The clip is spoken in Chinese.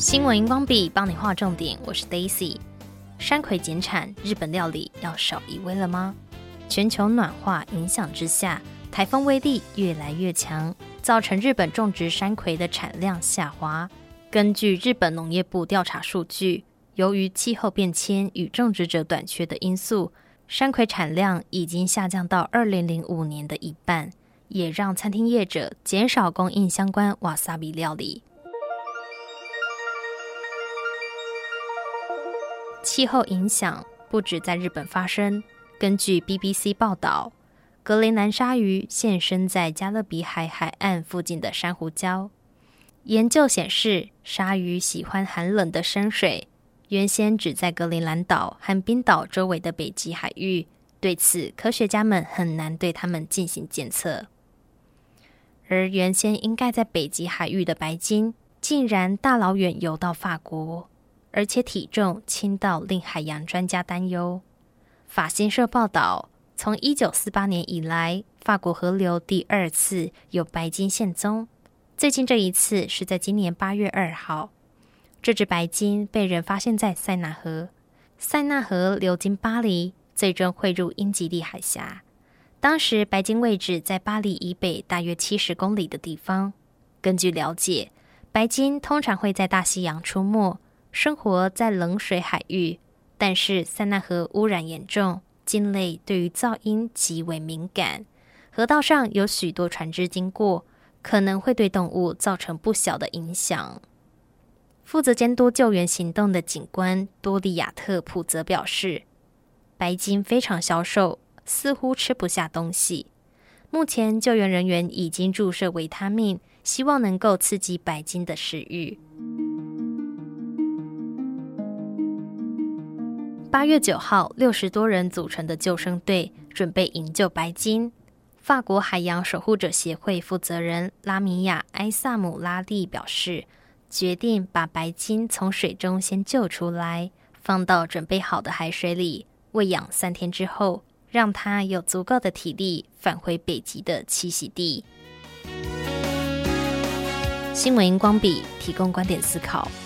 新闻荧光笔帮你画重点，我是 Daisy。山葵减产，日本料理要少一味了吗？全球暖化影响之下，台风威力越来越强，造成日本种植山葵的产量下滑。根据日本农业部调查数据，由于气候变迁与种植者短缺的因素，山葵产量已经下降到2005年的一半，也让餐厅业者减少供应相关瓦萨比料理。气候影响不止在日本发生，根据 BBC 报道，格陵兰鲨鱼现身在加勒比海海岸附近的珊瑚礁。研究显示，鲨鱼喜欢寒冷的深水，原先只在格陵兰岛和冰岛周围的北极海域，对此科学家们很难对它们进行检测。而原先应该在北极海域的白鲸，竟然大老远游到法国，而且体重轻到令海洋专家担忧。法新社报道，从1948年以来，法国河流第二次有白鲸现踪，最近这一次是在今年8月2号。这只白鲸被人发现在塞纳河，塞纳河流经巴黎，最终汇入英吉利海峡。当时白鲸位置在巴黎以北大约70公里的地方。根据了解，白鲸通常会在大西洋出没，生活在冷水海域，但是塞纳河污染严重，鲸类对于噪音极为敏感，河道上有许多船只经过，可能会对动物造成不小的影响。负责监督救援行动的警官多利亚特普则表示，白鲸非常消瘦，似乎吃不下东西。目前救援人员已经注射维他命，希望能够刺激白鲸的食欲。8月9号，60多人组成的救生队准备营救白鲸。法国海洋守护者协会负责人拉米亚·埃萨姆拉利表示，决定把白鲸从水中先救出来，放到准备好的海水里喂养3天之后，让它有足够的体力返回北极的栖息地。新闻荧光笔提供观点思考。